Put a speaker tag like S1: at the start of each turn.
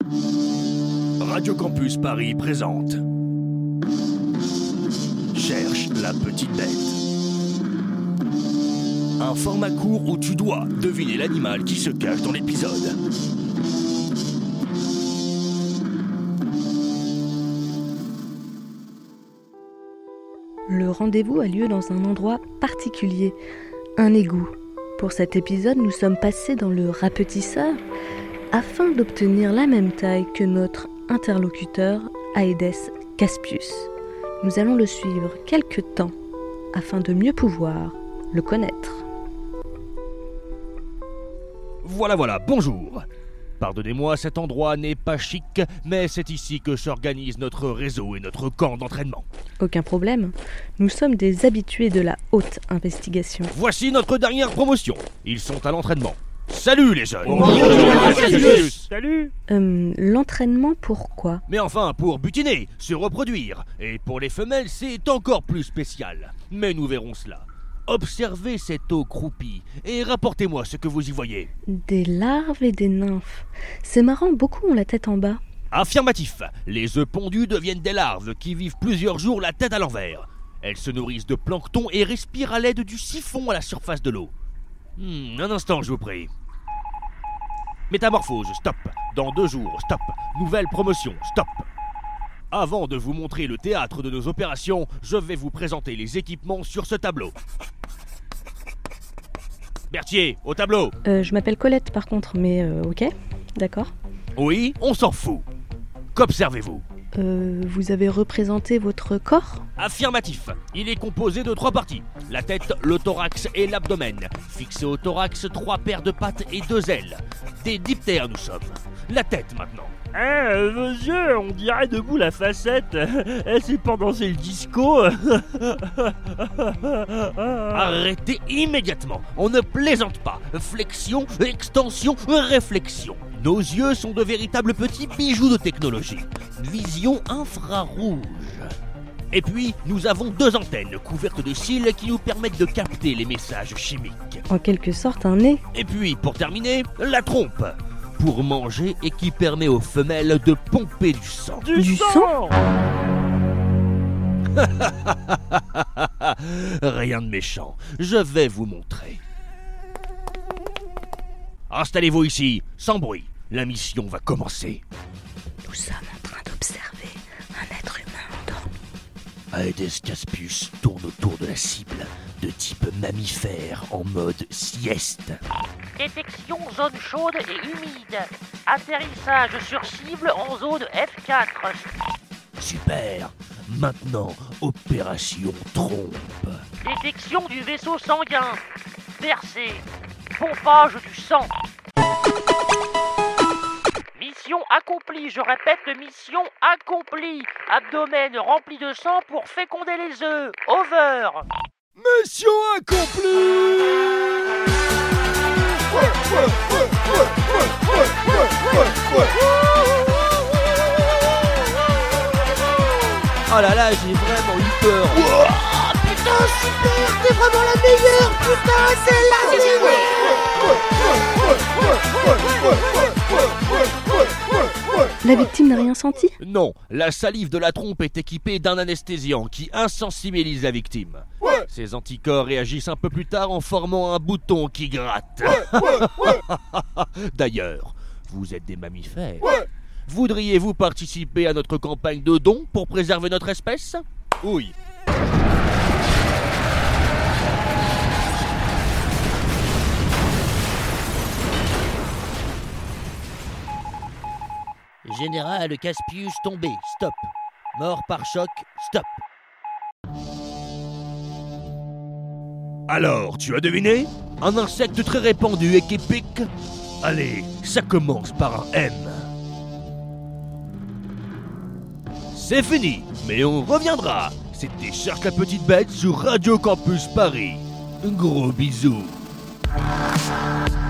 S1: Radio Campus Paris présente Cherche la petite bête. Un format court où tu dois deviner l'animal qui se cache dans l'épisode.
S2: Le rendez-vous a lieu dans un endroit particulier, un égout. Pour cet épisode, nous sommes passés dans le rapetisseur afin d'obtenir la même taille que notre interlocuteur Aedes Caspius. Nous allons le suivre quelque temps afin de mieux pouvoir le connaître.
S1: Voilà, bonjour. Pardonnez-moi, cet endroit n'est pas chic, mais c'est ici que s'organise notre réseau et notre camp d'entraînement.
S2: Aucun problème, nous sommes des habitués de la haute investigation.
S1: Voici notre dernière promotion. Ils sont à l'entraînement. Salut les jeunes.
S3: Salut.
S2: L'entraînement pourquoi ?
S1: Mais enfin, pour butiner, se reproduire. Et pour les femelles, c'est encore plus spécial. Mais nous verrons cela. Observez cette eau croupie et rapportez-moi ce que vous y voyez.
S2: Des larves et des nymphes. C'est marrant, beaucoup ont la tête en bas.
S1: Affirmatif. Les œufs pondus deviennent des larves qui vivent plusieurs jours la tête à l'envers. Elles se nourrissent de plancton et respirent à l'aide du siphon à la surface de l'eau. Un instant, je vous prie. Métamorphose, stop. Dans 2 jours, stop. Nouvelle promotion, stop. Avant de vous montrer le théâtre de nos opérations, je vais vous présenter les équipements sur ce tableau. Berthier, au tableau.
S2: Je m'appelle Colette par contre, mais ok, d'accord.
S1: Oui, on s'en fout. Qu'observez-vous ?
S2: Vous avez représenté votre corps ?
S1: Affirmatif. Il est composé de 3 parties. La tête, le thorax et l'abdomen. Fixé au thorax, 3 paires de pattes et 2 ailes. Des diptères nous sommes. La tête maintenant.
S3: Monsieur, on dirait debout la facette. C'est pendant le disco.
S1: Arrêtez immédiatement. On ne plaisante pas. Flexion, extension, réflexion. Nos yeux sont de véritables petits bijoux de technologie. Vision infrarouge. Et puis, nous avons 2 antennes couvertes de cils qui nous permettent de capter les messages chimiques.
S2: En quelque sorte un nez.
S1: Et puis, pour terminer, la trompe. Pour manger et qui permet aux femelles de pomper du sang.
S2: Du sang ?
S1: Rien de méchant. Je vais vous montrer. Installez-vous ici, sans bruit. La mission va commencer.
S2: Nous sommes en train d'observer un être humain endormi.
S1: Aedes Caspius tourne autour de la cible, de type mammifère en mode sieste.
S4: Détection zone chaude et humide. Atterrissage sur cible en zone F4.
S1: Super. Maintenant, opération trompe.
S4: Détection du vaisseau sanguin. Percé. Pompage du sang. Mission accomplie, je répète, mission accomplie. Abdomen rempli de sang pour féconder les œufs. Over.
S1: Mission accomplie. Oh là là, j'ai vraiment eu peur.
S5: Putain, super, t'es vraiment la meilleure. Putain, c'est la
S2: La victime n'a rien senti ?
S1: Non, la salive de la trompe est équipée d'un anesthésiant qui insensibilise la victime. Ces anticorps réagissent un peu plus tard en formant un bouton qui gratte. D'ailleurs, vous êtes des mammifères. Voudriez-vous participer à notre campagne de dons pour préserver notre espèce ? Oui.
S6: Général Caspius tombé, stop. Mort par choc, stop.
S1: Alors, tu as deviné ? Un insecte très répandu et qui pique ? Allez, ça commence par un M. C'est fini, mais on reviendra. C'était Cherche la petite bête sur Radio Campus Paris. Un gros bisou.